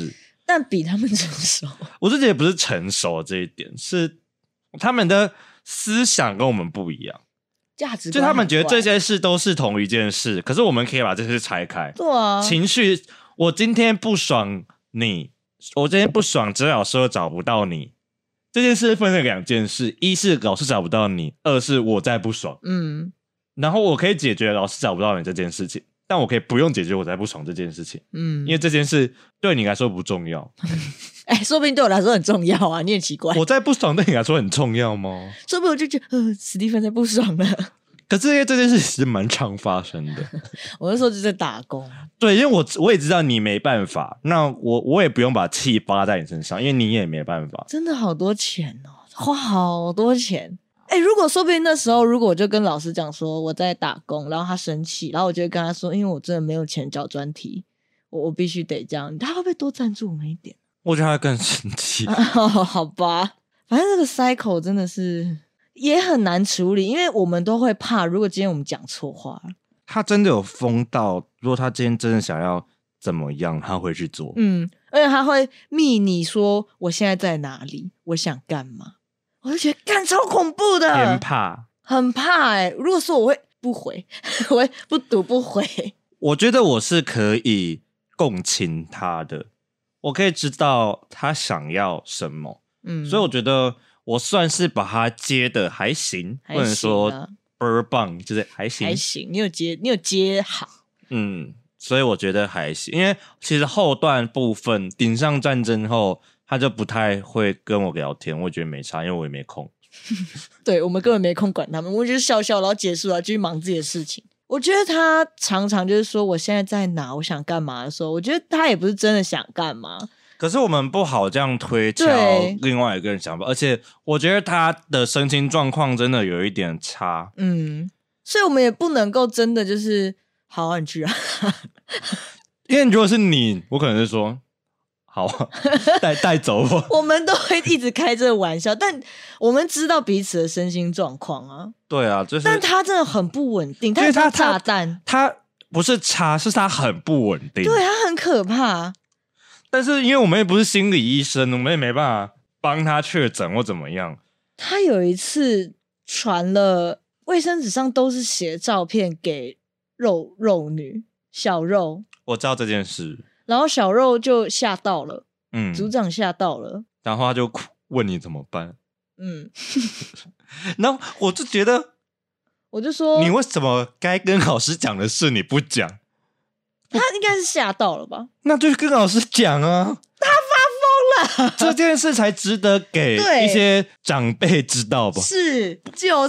但比他们成熟。 我自己也不是成熟这一点，是他们的思想跟我们不一样， 价值观就他们觉得这些事都是同一件事，可是我们可以把这些事拆开。 对啊， 情绪，我今天不爽你，我今天不爽，只有老师找不到你，这件事分成两件事，一是老师找不到你，二是我在不爽。嗯，然后我可以解决老师找不到你这件事情，但我可以不用解决我在不爽这件事情。嗯，因为这件事对你来说不重要。 哎、欸，说不定对我来说很重要啊！你很奇怪， 我在不爽对你来说很重要吗？ 说不定我就觉得，呃，史蒂芬在不爽了。 可是因为这件事是蛮常发生的。 我那时候就在打工。 对，因为我我也知道你没办法，那我我也不用把气发在你身上，因为你也没办法。 真的好多钱哦，花好多钱。哎、欸，如果说不定那时候，如果我就跟老师讲说我在打工，然后他生气，然后我就会跟他说，因为我真的没有钱缴专题，我我必须得这样，他会不会多赞助我们一点？ 我觉得他会更生气。 哦，好吧，反正这个 cycle 真的是也很难处理，因为我们都会怕，如果今天我们讲错话， 他真的有疯到，如果他今天真的想要怎么样，他会去做。 嗯，而且他会密你说我现在在哪里，我想干嘛，我就觉得干超恐怖的， 很怕， 很怕哎、欸。如果说我会不回，我会不读不回。 我觉得我是可以共情他的。我可以知道他想要什么，嗯，所以我觉得我算是把他接的还行， 还行啊， 不能说倍儿棒，就是还行， 还行。你有接，你有接好， 嗯，所以我觉得还行。因为其实后段部分顶上战争后，他就不太会跟我聊天，我觉得没差，因为我也没空。 对，我们根本没空管他们，我们就是笑笑，然后结束了，继续忙自己的事情。我觉得他常常就是说我现在在哪，我想干嘛的时候，我觉得他也不是真的想干嘛。 可是我们不好这样推敲另外一个人想法，而且我觉得他的身心状况真的有一点差。 嗯，所以我们也不能够真的就是好啊，你去啊。 因为如果是你，我可能是说好啊，带带走我。 我们都会一直开这个玩笑，但我们知道彼此的身心状况啊。 对啊，就是， 但他真的很不稳定，他他炸弹， 他不是差，是他很不稳定， 对，他很可怕。 但是因为我们也不是心理医生，我们也没办法帮他确诊或怎么样。 他有一次传了卫生纸上都是写照片给肉肉女小肉， 我知道这件事。 然后小肉就吓到了，嗯，组长吓到了， 然后他就问你怎么办，嗯，然后我就觉得， 我就说， 你为什么该跟老师讲的事你不讲？ 他应该是吓到了吧？ 那就跟老师讲啊， 他发疯了， 这件事才值得给一些长辈知道吧？ 是，就是，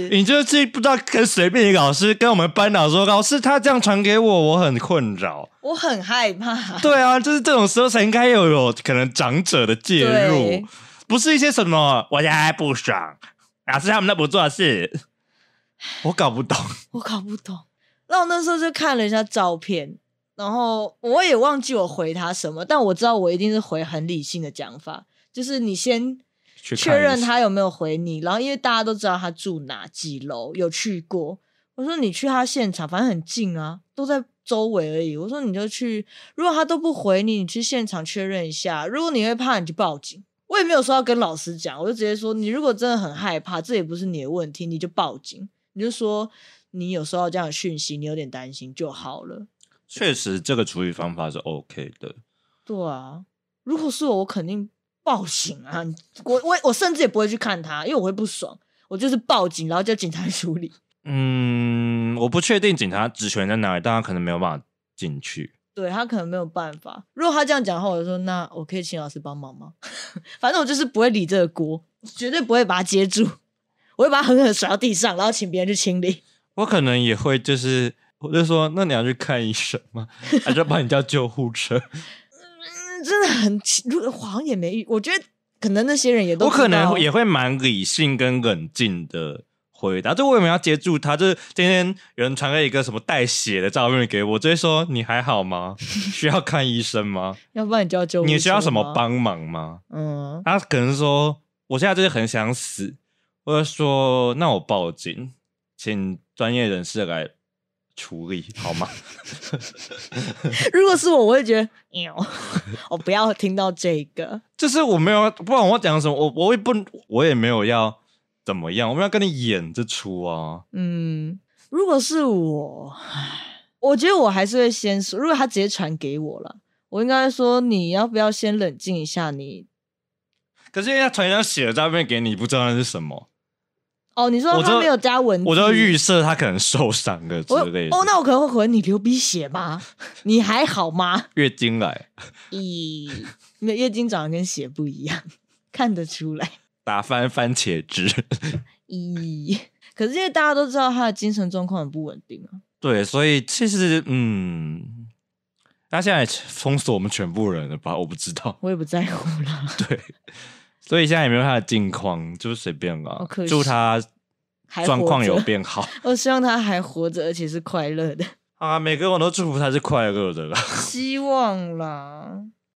你就是不知道跟随便一个老师跟我们班导说，老师他这样传给我，我很困扰。 我很害怕。 对啊，就是这种时候才应该有有可能长者的介入，不是一些什么我现在不爽，老师他们都不做事，我搞不懂， 我搞不懂。然后那时候就看了一下照片，然后我也忘记我回他什么，但我知道我一定是回很理性的讲法，就是你先确认他有没有回你，然后因为大家都知道他住哪几楼，有去过。我说你去他现场，反正很近啊，都在周围而已。我说你就去，如果他都不回你，你去现场确认一下。如果你会怕，你就报警。我也没有说要跟老师讲，我就直接说，你如果真的很害怕，这也不是你的问题，你就报警。你就说你有收到这样的讯息，你有点担心就好了。 确实，这个处理方法是 OK 的。 对啊，如果是我，我肯定报警啊！我我我甚至也不会去看他，因为我会不爽。我就是报警，然后叫警察处理。 嗯，我不确定警察职权在哪里，但他可能没有办法进去。 对，他可能没有办法。如果他这样讲的话，我就说那我可以请老师帮忙吗？反正我就是不会理这个锅，绝对不会把他接住，我会把他狠狠甩到地上，然后请别人去清理。 我可能也会，就是我就说，那你要去看医生吗？还是帮你叫救护车？ 嗯，真的很，好像也没遇，我觉得可能那些人也都， 我可能也会蛮理性跟冷静的回答。就为什么要接住他？就是今天有人传了一个什么带血的照片给我，就会说你还好吗？需要看医生吗？ 要不然你叫救护车吗？ 你需要什么帮忙吗？嗯，他可能说我现在就是很想死，或者说那我报警，请专业人士来处理好吗？ 如果是我，我会觉得，我不要听到这个。 就是我没有，不然我要讲什么，我我也不，我也没有要怎么样，我们要跟你演这出啊。 嗯，如果是我，我觉得我还是会先说，如果他直接传给我了，我应该说你要不要先冷静一下你。 可是因为他传一张写的照片给你，不知道那是什么。 哦，你说他没有加文字， 我就预设他可能受伤了之类的。 哦，那我可能会回你流鼻血吗？你还好吗？ 月经来。 咦，没有，月经长得跟血不一样，看得出来。 打翻番茄汁。 咦，可是因为大家都知道他的精神状况很不稳定啊。 对，所以其实嗯，他现在封锁我们全部人了吧？我不知道， 我也不在乎了。 对。所以现在也没有他的近况，就是随便啦。祝他状况有变好。 我希望他还活着，而且是快乐的。 啊，每个人都祝福他是快乐的啦。 希望啦。